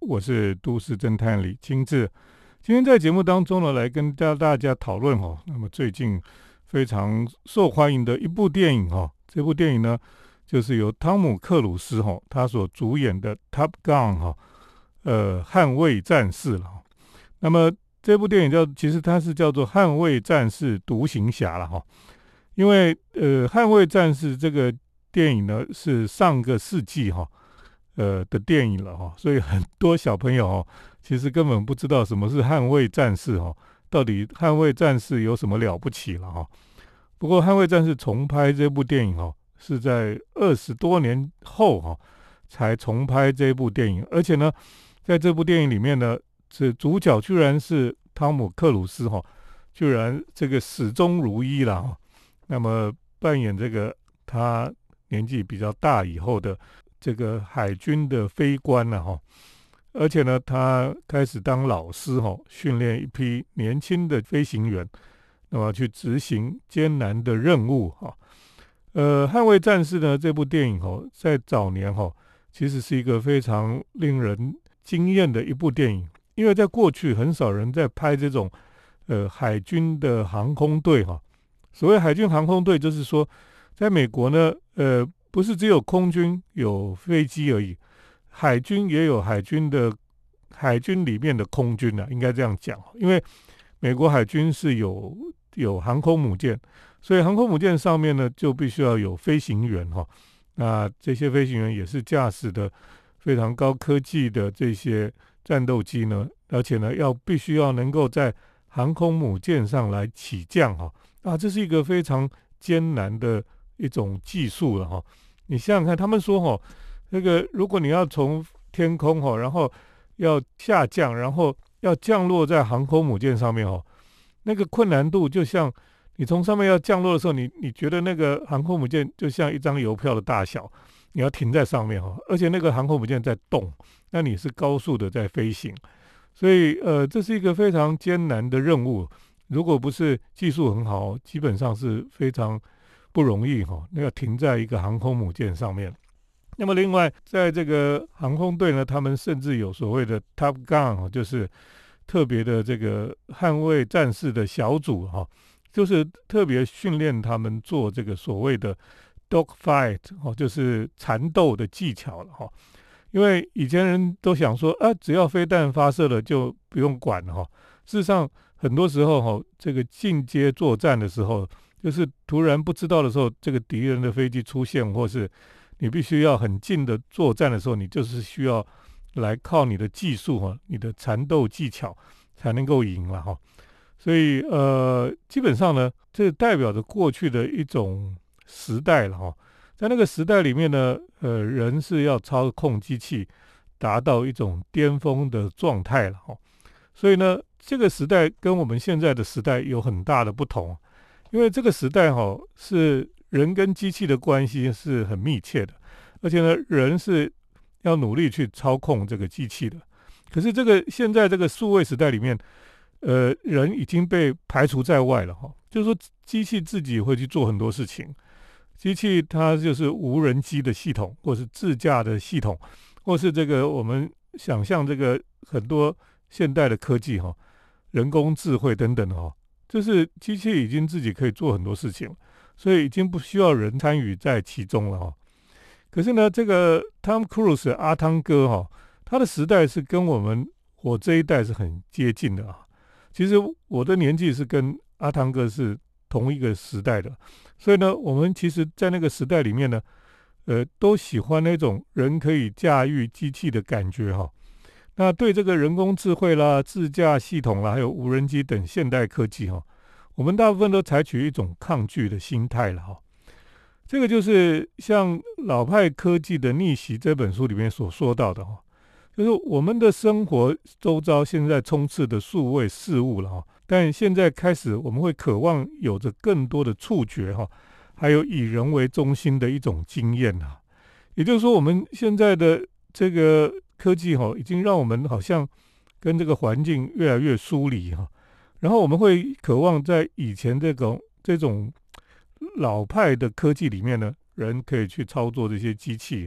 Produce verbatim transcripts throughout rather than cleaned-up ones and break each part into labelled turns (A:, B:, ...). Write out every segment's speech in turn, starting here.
A: 我是都市侦探李清志。今天在节目当中呢，来跟大家讨论哦，那么最近非常受欢迎的一部电影哦，这部电影呢，就是由汤姆克鲁斯哈、哦、他所主演的《Top Gun》哈，呃，捍卫战士了。那么这部电影叫，其实它是叫做《捍卫战士独行侠》了哈，因为呃，《捍卫战士》这个电影呢是上个世纪哈、呃的电影了哈，所以很多小朋友哦，其实根本不知道什么是捍卫战士哈，到底捍卫战士有什么了不起了哈。不过捍卫战士重拍这部电影哦，是在二十多年后哈才重拍这部电影，而且呢，在这部电影里面呢，这主角居然是汤姆克鲁斯哈，居然这个始终如一了哈。那么扮演这个他年纪比较大以后的这个海军的飞官了哈，而且呢，他开始当老师哈，训练一批年轻的飞行员，那么去执行艰难的任务哈。呃，捍卫战士呢这部电影哈，在早年哈，其实是一个非常令人惊艳的一部电影，因为在过去很少人在拍这种呃海军的航空队哈。所谓海军航空队，就是说，在美国呢，呃，不是只有空军有飞机而已，海军也有海军的海军里面的空军啊，应该这样讲。因为美国海军是有有航空母舰，所以航空母舰上面呢就必须要有飞行员哈。那这些飞行员也是驾驶的非常高科技的这些战斗机呢，而且呢要必须要能够在航空母舰上来起降哈。啊，这是一个非常艰难的一种技术了哈。你想想看，他们说哈，那个如果你要从天空哈，然后要下降，然后要降落在航空母舰上面哈，那个困难度就像你从上面要降落的时候，你你觉得那个航空母舰就像一张邮票的大小，你要停在上面哈，而且那个航空母舰在动，那你是高速的在飞行，所以呃，这是一个非常艰难的任务。如果不是技术很好，基本上是非常不容易哈。那要停在一个航空母舰上面。那么另外，在这个航空队呢，他们甚至有所谓的 Top Gun， 就是特别的这个捍卫战士的小组哈，就是特别训练他们做这个所谓的 dog fight 哈，就是缠斗的技巧了哈。因为以前人都想说啊，只要飞弹发射了就不用管了哈。事实上，很多时候哈，这个进阶作战的时候，就是突然不知道的时候，这个敌人的飞机出现，或是你必须要很近的作战的时候，你就是需要来靠你的技术哈，你的缠斗技巧才能够赢了哈。所以呃，基本上呢，这代表着过去的一种时代了哈。在那个时代里面呢，呃，人是要操控机器，达到一种巅峰的状态了哈。所以呢，这个时代跟我们现在的时代有很大的不同，因为这个时代哈是人跟机器的关系是很密切的，而且呢，人是要努力去操控这个机器的。可是这个现在这个数位时代里面，呃，人已经被排除在外了哈，就是说机器自己会去做很多事情，机器它就是无人机的系统，或是自驾的系统，或是这个我们想象这个很多现代的科技哈，人工智慧等等哈，就是机器已经自己可以做很多事情，所以已经不需要人参与在其中了哈。可是呢，这个 Tom Cruise 阿汤哥哈，他的时代是跟我们我这一代是很接近的啊。其实我的年纪是跟阿汤哥是同一个时代的，所以呢，我们其实在那个时代里面呢，呃，都喜欢那种人可以驾驭机器的感觉哈。那对这个人工智慧啦、自驾系统啦，还有无人机等现代科技哈，我们大部分都采取一种抗拒的心态了哈。这个就是像老派科技的逆袭这本书里面所说到的哈，就是我们的生活周遭现在充斥的数位事物了哈，但现在开始我们会渴望有着更多的触觉哈，还有以人为中心的一种经验哈。也就是说，我们现在的这个科技哈，已经让我们好像跟这个环境越来越疏离哈，然后我们会渴望在以前这种这种老派的科技里面呢，人可以去操作这些机器，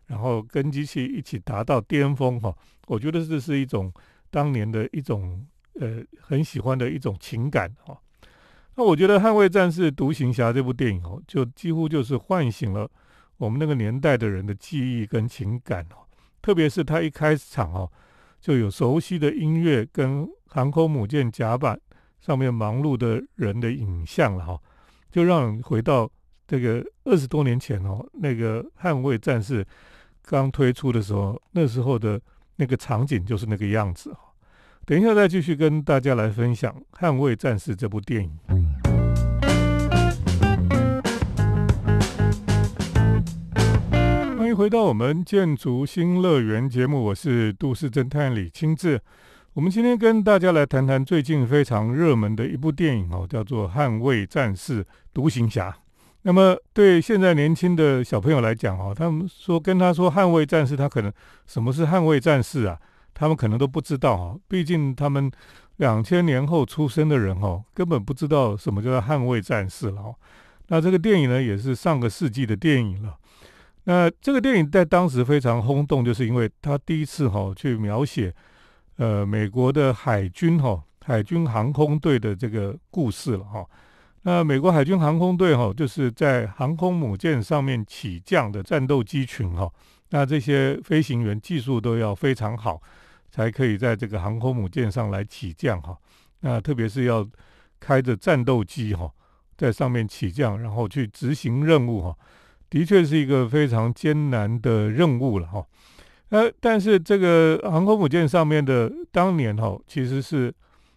A: 然后跟机器一起达到巅峰哈。我觉得这是一种当年的一种呃很喜欢的一种情感哈。那我觉得《捍卫战士独行侠》这部电影哦，就几乎就是唤醒了我们那个年代的人的记忆跟情感哦。特别是他一开场哦，就有熟悉的音乐跟航空母舰甲板上面忙碌的人的影像了哈，就让人回到这个二十多年前哦，那个捍卫战士刚推出的时候，那时候的那个场景就是那个样子。等一下再继续跟大家来分享《捍卫战士》这部电影。欢迎回到我们建筑新乐园节目，我是都市侦探李清志。我们今天跟大家来谈谈最近非常热门的一部电影哦，叫做《捍卫战士独行侠》。那么对现在年轻的小朋友来讲哦，他们说跟他说捍卫战士，他可能什么是捍卫战士啊？他们可能都不知道哦，毕竟他们两千年后出生的人哦，根本不知道什么叫做捍卫战士了哦。那这个电影呢，也是上个世纪的电影了。那这个电影在当时非常轰动，就是因为他第一次哈、哦、去描写呃美国的海军哈、哦、海军航空队的这个故事了哈、哦。那美国海军航空队哈、哦、就是在航空母舰上面起降的战斗机群哈、哦。那这些飞行员技术都要非常好，才可以在这个航空母舰上来起降哈。那特别是要开着战斗机哈，在上面起降，然后去执行任务哈，的确是一个非常艰难的任务了哈。呃，但是这个航空母舰上面的当年哈，其实是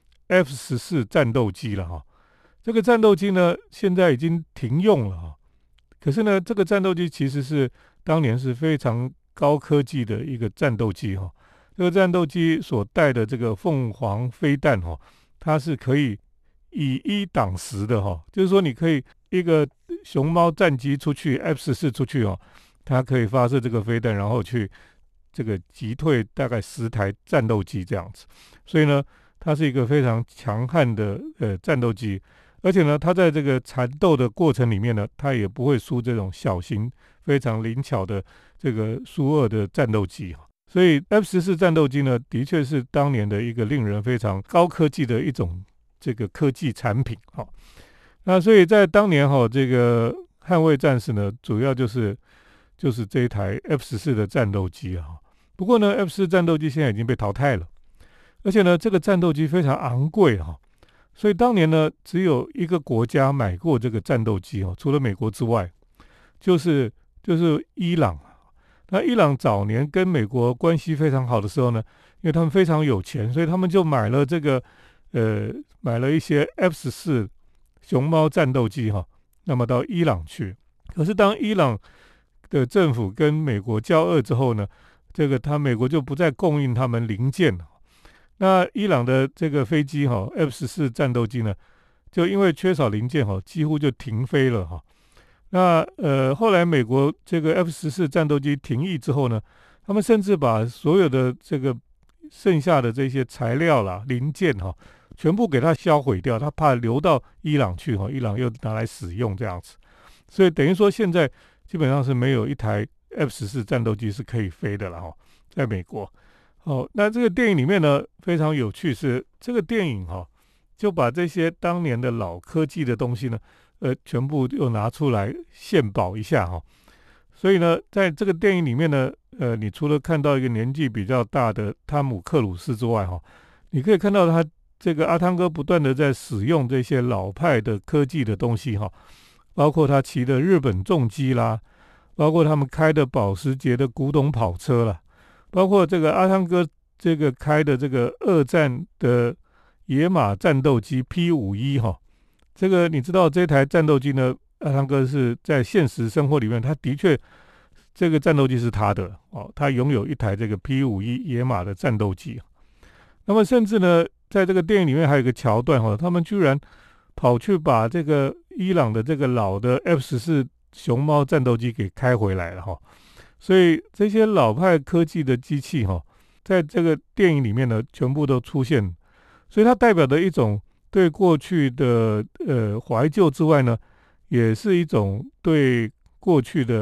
A: F 十四 战斗机了哈。这个战斗机呢，现在已经停用了哈。可是呢，这个战斗机其实是当年是非常高科技的一个战斗机哈。这个战斗机所带的这个凤凰飞弹哈，它是可以以一挡十的哈，就是说你可以一个熊猫战机出去 F 十四 出去哦，它可以发射这个飞弹，然后去这个击退大概十台战斗机这样子。所以呢，它是一个非常强悍的呃战斗机，而且呢，它在这个缠斗的过程里面呢，它也不会输这种小型非常灵巧的这个苏二的战斗机哈。所以 F 十四 战斗机呢，的确是当年的一个令人非常高科技的一种这个科技产品哈。那所以在当年哈，这个捍卫战士呢，主要就是就是这一台 F 十四 的战斗机啊。不过呢 ，F 十四 战斗机现在已经被淘汰了，而且呢，这个战斗机非常昂贵哈，所以当年呢，只有一个国家买过这个战斗机哦，除了美国之外，就是就是伊朗。那伊朗早年跟美国关系非常好的时候呢，因为他们非常有钱，所以他们就买了这个呃买了一些 F 十四 熊猫战斗机哈，那么到伊朗去。可是当伊朗的政府跟美国交恶之后呢，这个他美国就不再供应他们零件了。那伊朗的这个飞机哈 F 十四 战斗机呢，就因为缺少零件哈，几乎就停飞了哈。那呃，后来美国这个 F 十四 战斗机停役之后呢，他们甚至把所有的这个剩下的这些材料啦、零件哈，全部给它销毁掉，他怕流到伊朗去哈，伊朗又拿来使用这样子，所以等于说现在基本上是没有一台 F 十四 战斗机是可以飞的了哈，在美国。哦，那这个电影里面呢，非常有趣是这个电影哈，就把这些当年的老科技的东西呢。呃，全部又拿出来献宝一下哈，所以呢，在这个电影里面呢，呃，你除了看到一个年纪比较大的汤姆克鲁斯之外哈，你可以看到他这个阿汤哥不断的在使用这些老派的科技的东西哈，包括他骑的日本重机啦，包括他们开的保时捷的古董跑车啦，包括这个阿汤哥这个开的这个二战的野马战斗机 P 五十一 哈。这个你知道这台战斗机呢，阿汤哥是在现实生活里面，他的确这个战斗机是他的哦，他拥有一台这个 P 五十一 野马的战斗机。那么甚至呢，在这个电影里面还有一个桥段哈，他们居然跑去把这个伊朗的这个老的 F 十四 熊猫战斗机给开回来了哈。所以这些老派科技的机器哈，在这个电影里面呢，全部都出现，所以它代表的一种。对过去的呃怀旧之外呢，也是一种对过去的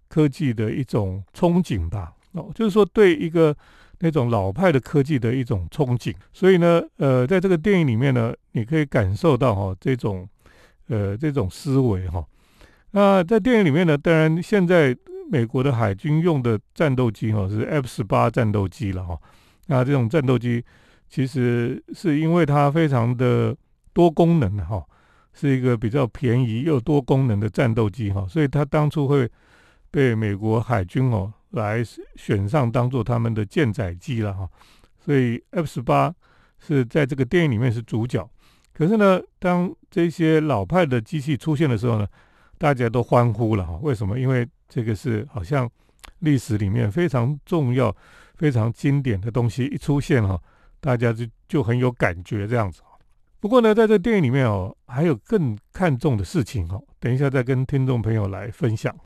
A: 科技的一种憧憬吧，哦，就是说对一个那种老派的科技的一种憧憬。所以呢，呃，在这个电影里面呢，你可以感受到哈、哦、这种呃这种思维哈、哦。那在电影里面呢，当然现在美国的海军用的战斗机哈、哦、是 F 十八 战斗机了哈、哦。那这种战斗机其实是因为它非常的多功能哈、哦，是一个比较便宜又多功能的战斗机哈、哦，所以它当初会被美国海军哦来选上当做他们的舰载机了哈。所以 F 十八 是在这个电影里面是主角。可是呢，当这些老派的机器出现的时候呢，大家都欢呼了哈。为什么？因为这个是好像历史里面非常重要、非常经典的东西一出现哈，大家就就很有感觉这样子。不过呢，在这电影里面哦，还有更看重的事情哦，等一下再跟听众朋友来分享。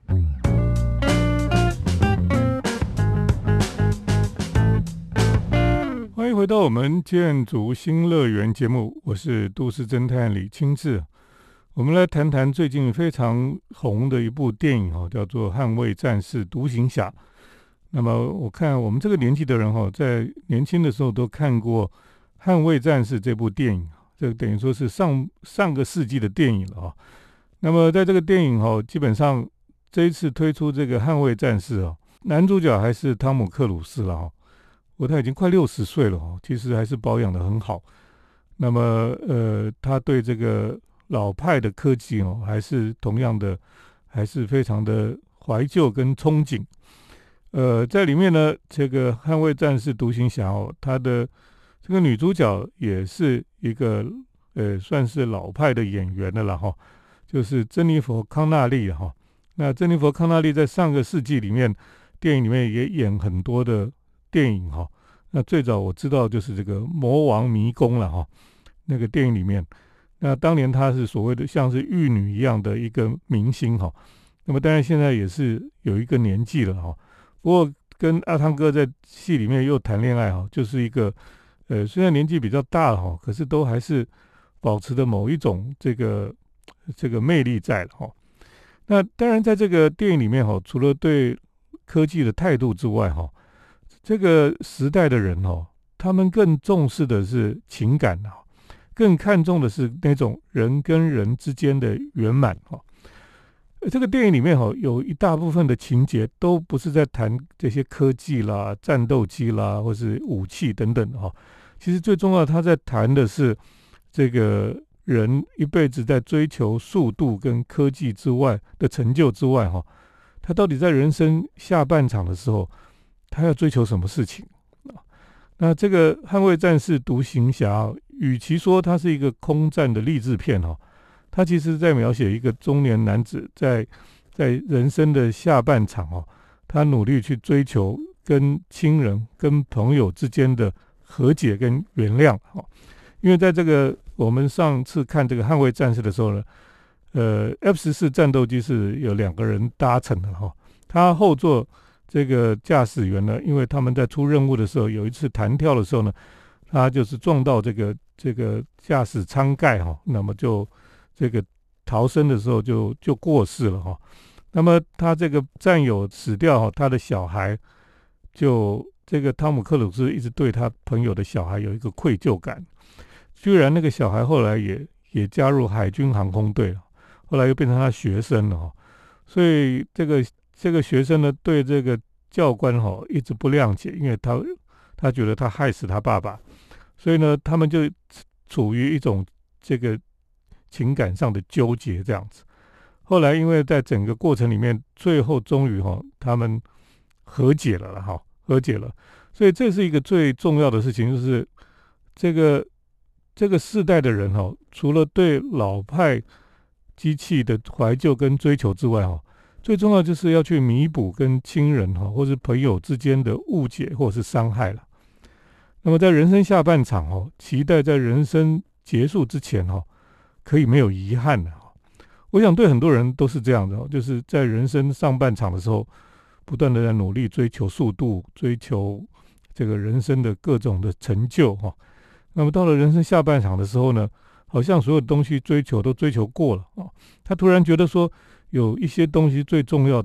A: 欢迎回到我们建筑新乐园节目，我是都市侦探李清志。我们来谈谈最近非常红的一部电影哦，叫做《捍卫战士独行侠》。那么我看我们这个年纪的人哈，在年轻的时候都看过《捍卫战士》这部电影，这个等于说是上上个世纪的电影了啊。那么在这个电影哈，基本上这一次推出这个《捍卫战士》啊，男主角还是汤姆克鲁斯了哈。不过他已经快六十岁了哦，其实还是保养得很好。那么呃，他对这个老派的科技哦，还是同样的，还是非常的怀旧跟憧憬。呃，在里面呢，这个捍卫战士独行侠哦，他的这个女主角也是一个呃，算是老派的演员的了哈，就是珍妮佛康纳利哈。那珍妮佛康纳利在上个世纪里面，电影里面也演很多的电影哈。那最早我知道就是这个《魔王迷宫》了哈，那个电影里面，那当年她是所谓的像是玉女一样的一个明星哈。那么当然现在也是有一个年纪了哈。不过跟阿汤哥在戏里面又谈恋爱哈，就是一个呃虽然年纪比较大了哈，可是都还是保持着某一种这个这个魅力在了哈。那当然在这个电影里面哈，除了对科技的态度之外哈，这个时代的人哦，他们更重视的是情感啊，更看重的是那种人跟人之间的圆满哈。这个电影里面哈，有一大部分的情节都不是在谈这些科技啦、战斗机啦，或是武器等等哈。其实最重要，他在谈的是这个人一辈子在追求速度跟科技之外的成就之外哈，他到底在人生下半场的时候，他要追求什么事情？那这个《捍卫战士独行侠》，与其说它是一个空战的励志片哈，它其实在描写一个中年男子在在人生的下半场哦，他努力去追求跟亲人、跟朋友之间的和解跟原谅哈。因为在这个我们上次看这个《捍卫战士》的时候呢，呃 ，F 十四 战斗机是有两个人搭乘的哈，他后座这个驾驶员呢，因为他们在出任务的时候，有一次弹跳的时候呢，他就是撞到这个这个驾驶舱盖哈，那么就这个逃生的时候就就过世了哈。那么他这个战友死掉哈，他的小孩就这个汤姆克鲁斯一直对他朋友的小孩有一个愧疚感，居然那个小孩后来也也加入海军航空队了，后来又变成他学生了哈。所以这个这个学生呢，对这个教官哈、哦、一直不谅解，因为他他觉得他害死他爸爸，所以呢，他们就处于一种这个情感上的纠结这样子。后来因为在整个过程里面，最后终于哈、哦、他们和解了了哈，和解了。所以这是一个最重要的事情，就是这个这个世代的人哈、哦，除了对老派机器的怀旧跟追求之外哈、哦。最重要就是要去弥补跟亲人哈或是朋友之间的误解或是伤害了。那么在人生下半场哦，期待在人生结束之前哈，可以没有遗憾的。我想对很多人都是这样的，就是在人生上半场的时候，不断的在努力追求速度，追求这个人生的各种的成就哈。那么到了人生下半场的时候呢，好像所有东西追求都追求过了啊，他突然觉得说，有一些东西最重要的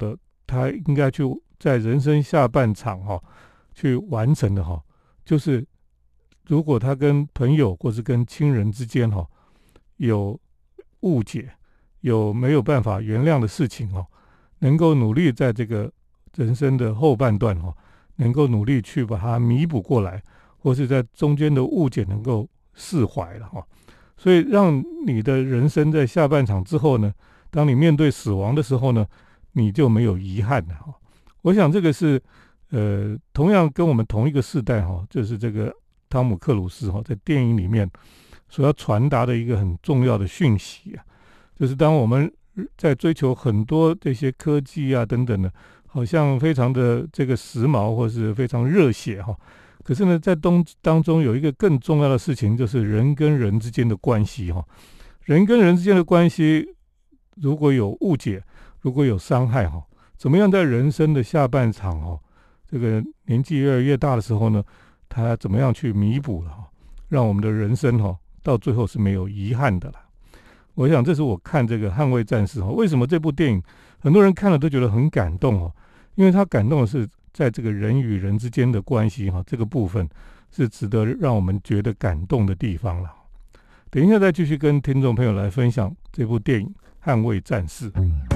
A: 他应该去在人生下半场哈、哦、去完成的哈、哦，就是如果他跟朋友或是跟亲人之间哈、哦、有误解，有没有办法原谅的事情哦，能够努力在这个人生的后半段哦，能够努力去把它弥补过来，或是在中间的误解能够释怀了哈、哦。所以让你的人生在下半场之后呢，当你面对死亡的时候呢，你就没有遗憾了哈、哦。我想这个是呃，同样跟我们同一个世代哈、哦，就是这个汤姆克鲁斯哈、哦，在电影里面所要传达的一个很重要的讯息啊，就是当我们在追求很多这些科技啊等等的，好像非常的这个时髦或是非常热血哈、哦，可是呢，在当当中有一个更重要的事情，就是人跟人之间的关系哈、哦，人跟人之间的关系如果有误解，如果有伤害哈、哦，怎么样在人生的下半场哦，这个年纪越来越大的时候呢，他怎么样去弥补了哈、哦，让我们的人生哈、哦、到最后是没有遗憾的啦。我想这是我看这个捍卫战士哈，为什么这部电影很多人看了都觉得很感动哦？因为他感动的是在这个人与人之间的关系哈，这个部分是值得让我们觉得感动的地方了。等一下再继续跟听众朋友来分享这部电影《捍卫战士》。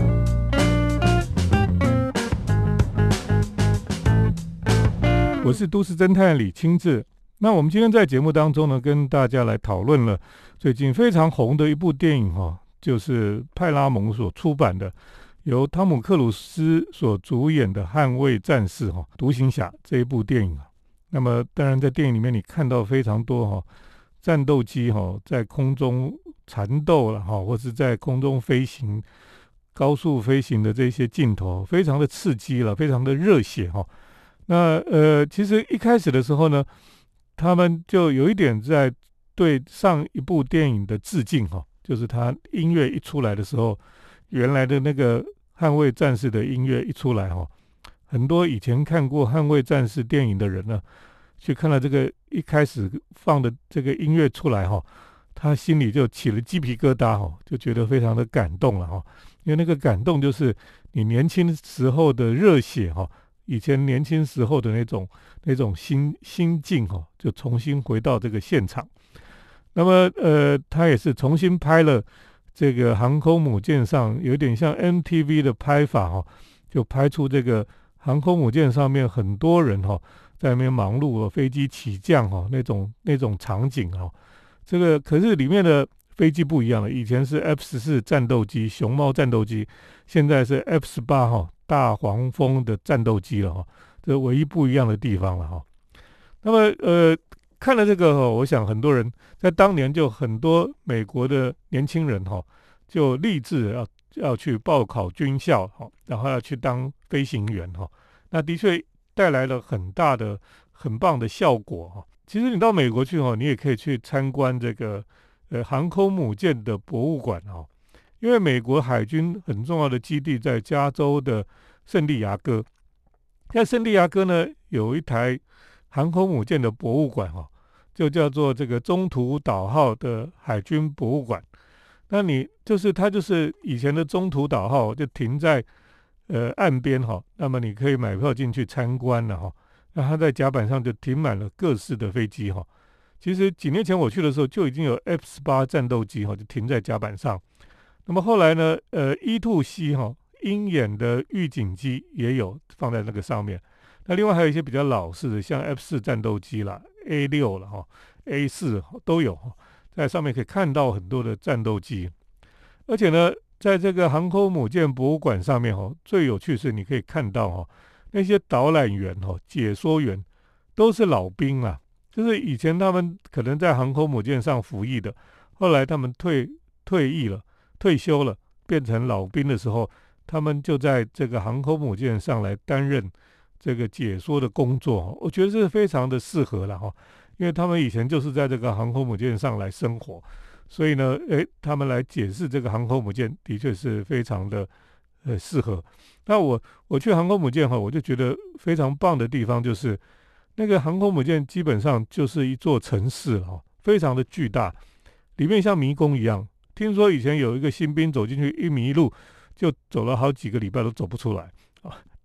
A: 我是都市侦探李清志。那我们今天在节目当中呢，跟大家来讨论了最近非常红的一部电影哈、哦，就是派拉蒙所出版的，由汤姆克鲁斯所主演的《捍卫战士》哈，独行侠这一部电影啊。那么当然在电影里面你看到非常多哈、哦、战斗机哈、哦、在空中缠斗了哈，或是在空中飞行、高速飞行的这些镜头，非常的刺激了，非常的热血哈、哦。那呃，其实一开始的时候呢，他们就有一点在对上一部电影的致敬哈、哦，就是他音乐一出来的时候，原来的那个捍卫战士的音乐一出来哈、哦，很多以前看过捍卫战士电影的人呢，去看到这个一开始放的这个音乐出来哈、哦，他心里就起了鸡皮疙瘩哈、哦，就觉得非常的感动了哈、哦，因为那个感动就是你年轻时候的热血哈、哦。以前年轻时候的那种那种心心境哈、哦，就重新回到这个现场。那么呃，他也是重新拍了这个航空母舰上有点像 M T V 的拍法哈、哦，就拍出这个航空母舰上面很多人哈、哦、在那边忙碌，飞机起降哈、哦、那种那种场景哈、哦。这个可是里面的飞机不一样了，以前是 F 十四 战斗机、熊猫战斗机，现在是 F 十八 哈。大黄蜂的战斗机了哈，这唯一不一样的地方了哈。那么呃，看了这个哈，我想很多人在当年就很多美国的年轻人哈，就立志要要去报考军校哈，然后要去当飞行员哈。那的确带来了很大的、很棒的效果哈。其实你到美国去哈，你也可以去参观这个呃航空母舰的博物馆哈。因为美国海军很重要的基地在加州的圣地亚哥，在圣地亚哥呢有一台航空母舰的博物馆哈、哦，就叫做这个中途岛号的海军博物馆。那你就是它就是以前的中途岛号就停在呃岸边哈、哦，那么你可以买票进去参观了哈、哦。那它在甲板上就停满了各式的飞机哈、哦。其实几年前我去的时候就已经有 F 十八 战斗机哈、哦，就停在甲板上。那么后来呢？呃 ，E 二 C 哈鹰眼的预警机也有放在那个上面。那另外还有一些比较老式的，像 F 四 战斗机啦、A 六 了哈、A 四 都有，在上面可以看到很多的战斗机。而且呢，在这个航空母舰博物馆上面哈，最有趣是你可以看到哈，那些导览员哈、解说员都是老兵啊，就是以前他们可能在航空母舰上服役的，后来他们退退役了。退休了，变成老兵的时候，他们就在这个航空母舰上来担任这个解说的工作。我觉得是非常的适合了哈，因为他们以前就是在这个航空母舰上来生活，所以呢，诶，他们来解释这个航空母舰的确是非常的呃适合。那我我去航空母舰哈，我就觉得非常棒的地方就是那个航空母舰基本上就是一座城市哈，非常的巨大，里面像迷宫一样。听说以前有一个新兵走进去一迷路，就走了好几个礼拜都走不出来啊！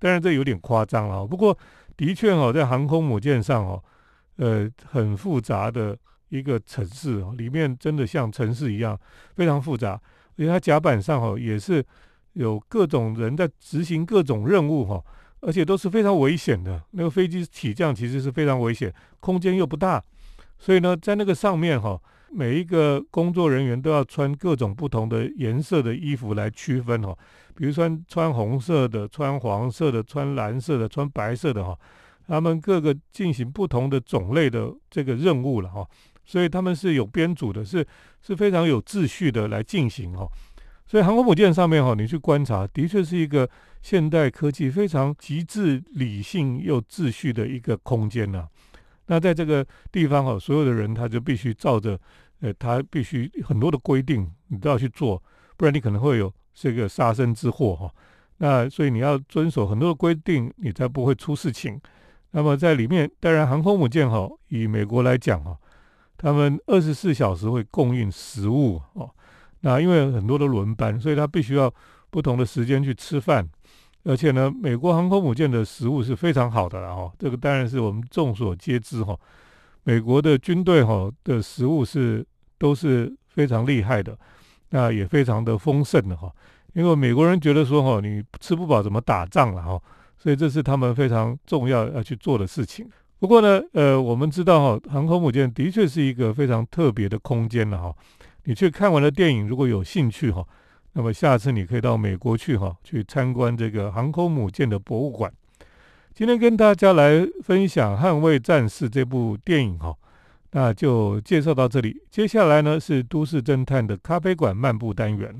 A: 当然这有点夸张了，不过的确哦，在航空母舰上哦，呃，很复杂的一个城市哦，里面真的像城市一样非常复杂，而且它甲板上哦也是有各种人在执行各种任务哈、哦，而且都是非常危险的。那个飞机起降其实是非常危险，空间又不大，所以呢，在那个上面哈、哦，每一个工作人员都要穿各种不同的颜色的衣服来区分哈、哦，比如穿穿红色的、穿黄色的、穿蓝色的、穿白色的哈、哦，他们各个进行不同的种类的这个任务了哈、哦，所以他们是有编组的，是是非常有秩序的来进行哈、哦。所以航空母舰上面哈、哦，你去观察，的确是一个现代科技非常极致理性又秩序的一个空间呐、啊。那在这个地方哈、哦，所有的人他就必须照着，呃，他必须很多的规定你都要去做，不然你可能会有这个杀身之祸哈、哦。那所以你要遵守很多的规定，你才不会出事情。那么在里面，当然航空母舰哈、哦，以美国来讲哈、哦，他们二十四小时会供应食物哦。那因为很多的轮班，所以他必须要不同的时间去吃饭，而且呢，美国航空母舰的食物是非常好的啦哈，这个当然是我们众所皆知哈。美国的军队哈的食物是都是非常厉害的，那也非常的丰盛的哈。因为美国人觉得说哈，你吃不饱怎么打仗了哈，所以这是他们非常重要要去做的事情。不过呢，呃，我们知道哈，航空母舰的确是一个非常特别的空间了哈。你去看完了电影，如果有兴趣哈，那么下次你可以到美国去哈，去参观这个航空母舰的博物馆。今天跟大家来分享《捍卫战士》这部电影哈，那就介绍到这里。接下来呢是都市侦探的咖啡馆漫步单元。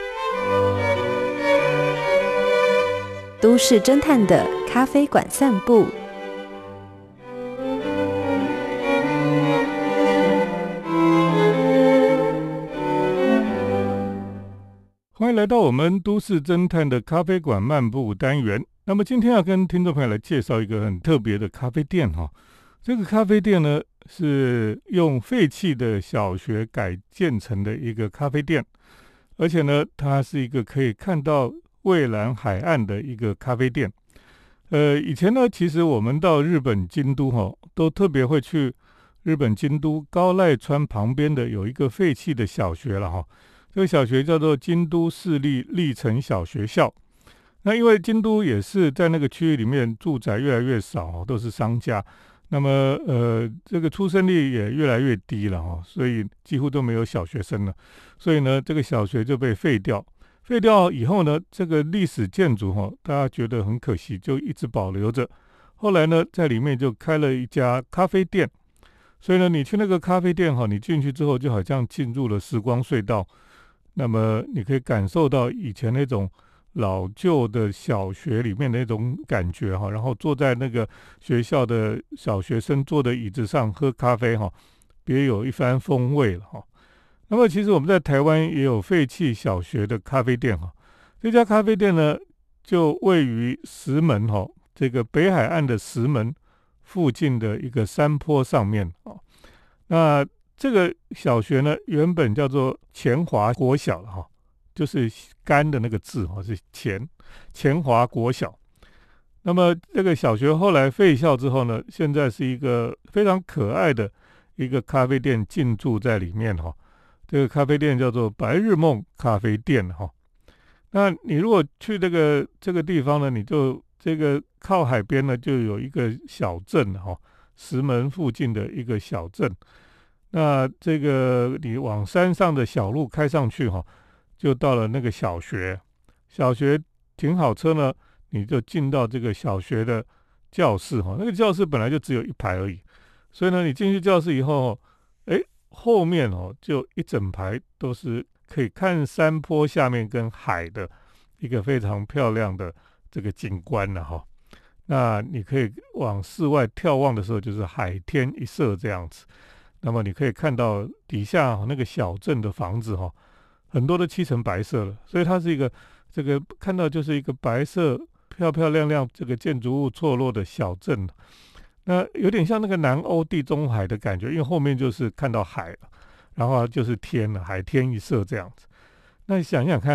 B: 都市侦探的咖啡馆散步。
A: 欢迎来到我们都市侦探的咖啡馆漫步单元。那么今天要跟听众朋友来介绍一个很特别的咖啡店哈。这个咖啡店呢是用废弃的小学改建成的一个咖啡店，而且呢它是一个可以看到蔚蓝海岸的一个咖啡店。呃，以前呢其实我们到日本京都哈，都特别会去日本京都高濑川旁边的有一个废弃的小学了哈。这个小学叫做京都市立立成小学校。那因为京都也是在那个区域里面住宅越来越少，都是商家，那么呃这个出生率也越来越低了哈，所以几乎都没有小学生了。所以呢，这个小学就被废掉。废掉以后呢，这个历史建筑哈，大家觉得很可惜，就一直保留着。后来呢，在里面就开了一家咖啡店。所以呢，你去那个咖啡店哈，你进去之后就好像进入了时光隧道。那么你可以感受到以前那种老旧的小学里面的那种感觉哈，然后坐在那个学校的小学生坐的椅子上喝咖啡哈，别有一番风味了哈。那么其实我们在台湾也有废弃小学的咖啡店哈，这家咖啡店呢就位于石门哈，这个北海岸的石门附近的一个山坡上面啊。那这个小学呢，原本叫做前华国小了哈，就是干的那个字哈，是前前华国小。那么这个小学后来废校之后呢，现在是一个非常可爱的一个咖啡店进驻在里面哈。这个咖啡店叫做白日梦咖啡店哈。那你如果去这个这个地方呢，你就这个靠海边呢，就有一个小镇哈，石门附近的一个小镇。那这个你往山上的小路开上去哈，就到了那个小学。小学停好车呢，你就进到这个小学的教室哈。那个教室本来就只有一排而已，所以呢，你进去教室以后，哎，后面哦就一整排都是可以看山坡下面跟海的一个非常漂亮的这个景观了哈。那你可以往室外眺望的时候，就是海天一色这样子。那么你可以看到底下那个小镇的房子哈，很多都漆成白色了，所以它是一个这个看到就是一个白色漂漂亮亮这个建筑物错落的小镇。那有点像那个南欧地中海的感觉，因为后面就是看到海了，然后就是天了，海天一色这样子。那想想看哦，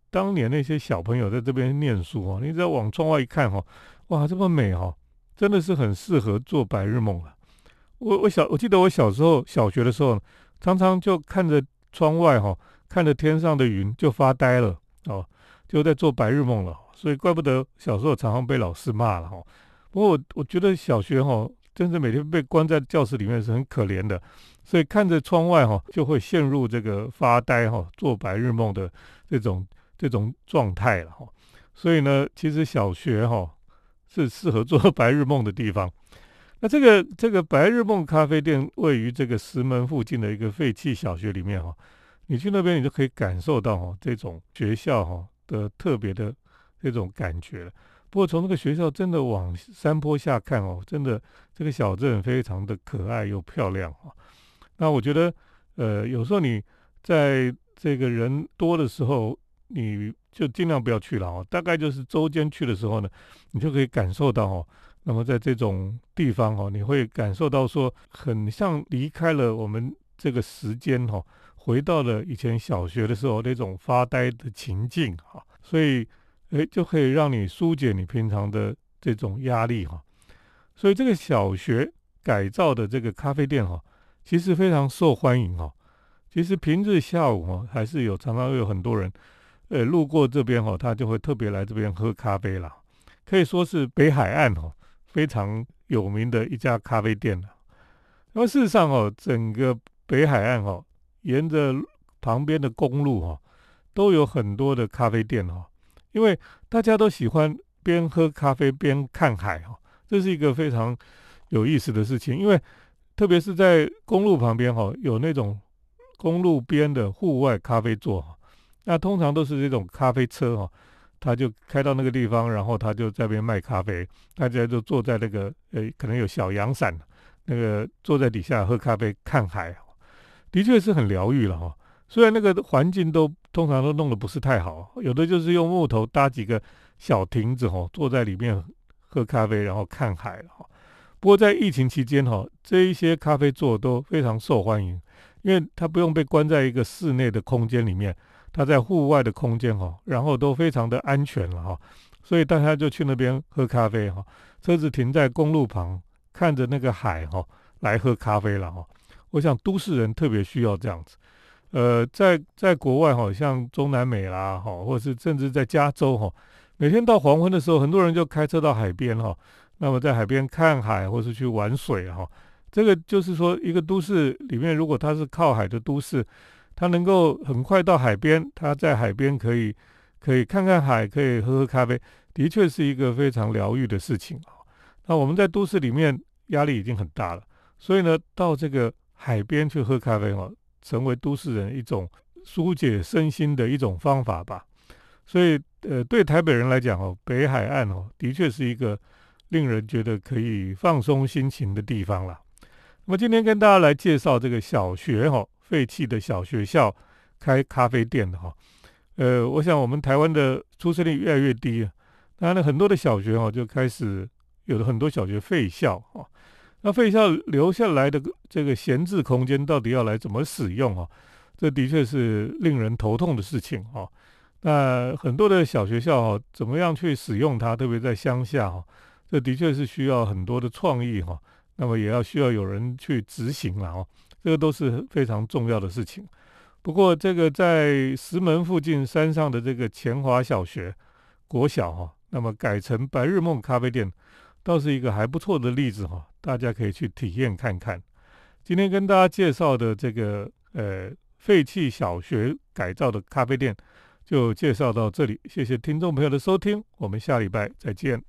A: 当年那些小朋友在这边念书哦，你只要往窗外一看哦，哇，这么美哦，真的是很适合做白日梦了。我我小我记得我小时候小学的时候，常常就看着窗外哈、哦，看着天上的云就发呆了哦，就在做白日梦了。所以怪不得小时候常常被老师骂了哈、哦。不过我我觉得小学哈、哦，真是每天被关在教室里面是很可怜的，所以看着窗外哈、哦，就会陷入这个发呆哈、哦，做白日梦的这种这种状态了哈。所以呢，其实小学哈、哦、是适合做白日梦的地方。那这个这个白日梦咖啡店位于这个石门附近的一个废弃小学里面哈、哦，你去那边你就可以感受到哈、哦、这种学校哈、哦、的特别的这种感觉了。不过从那个学校真的往山坡下看哦，真的这个小镇非常的可爱又漂亮哈、哦。那我觉得呃有时候你在这个人多的时候，你就尽量不要去了哦。大概就是周间去的时候呢，你就可以感受到哦。那么在这种地方哦，你会感受到说，很像离开了我们这个时间哈、哦，回到了以前小学的时候那种发呆的情境哈、哦，所以诶就可以让你疏解你平常的这种压力哈、哦。所以这个小学改造的这个咖啡店哈、哦，其实非常受欢迎哈、哦。其实平日下午哈、哦，还是有常常有很多人呃路过这边哈、哦，他就会特别来这边喝咖啡啦，可以说是北海岸哈、哦。非常有名的一家咖啡店了。那么事实上哦，整个北海岸哦，沿着旁边的公路哈、哦，都有很多的咖啡店哦。因为大家都喜欢边喝咖啡边看海哦，这是一个非常有意思的事情。因为特别是在公路旁边哦，有那种公路边的户外咖啡座、哦，那通常都是这种咖啡车哦。他就开到那个地方，然后他就在那边卖咖啡，大家就坐在那个呃，可能有小阳伞，那个坐在底下喝咖啡看海，的确是很疗愈了哈、哦。虽然那个环境都通常都弄得不是太好，有的就是用木头搭几个小亭子哈、哦，坐在里面喝咖啡，然后看海了哈、哦。不过在疫情期间哈、哦，这一些咖啡座都非常受欢迎，因为它不用被关在一个室内的空间里面。它在户外的空间哈，然后都非常的安全了哈，所以大家就去那边喝咖啡哈，车子停在公路旁，看着那个海哈，来喝咖啡了哈。我想都市人特别需要这样子，呃，在在国外哈，像中南美啦哈，或是甚至在加州哈，每天到黄昏的时候，很多人就开车到海边哈，那么在海边看海或是去玩水哈。这个就是说，一个都市里面，如果它是靠海的都市，他能够很快到海边，他在海边可以可以看看海，可以喝喝咖啡，的确是一个非常疗愈的事情啊。那我们在都市里面压力已经很大了，所以呢，到这个海边去喝咖啡哦，成为都市人一种疏解身心的一种方法吧。所以呃，对台北人来讲哦，北海岸哦，的确是一个令人觉得可以放松心情的地方啦。那么今天跟大家来介绍这个小学哦。废弃的小学校开咖啡店的哈，呃，我想我们台湾的出生率越来越低了，当然呢，很多的小学哈就开始有了很多小学废校哈，那废校留下来的这个闲置空间到底要来怎么使用哈？这的确是令人头痛的事情哈。那很多的小学校哈，怎么样去使用它，特别在乡下哈，这的确是需要很多的创意哈，那么也要需要有人去执行了哈。这个都是非常重要的事情。不过，这个在石门附近山上的这个前华小学国小哈，那么改成白日梦咖啡店，倒是一个还不错的例子哈，大家可以去体验看看。今天跟大家介绍的这个呃废弃小学改造的咖啡店，就介绍到这里。谢谢听众朋友的收听，我们下礼拜再见。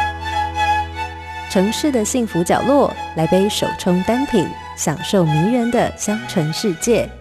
B: 城市的幸福角落，来杯手冲单品，享受迷人的香醇世界。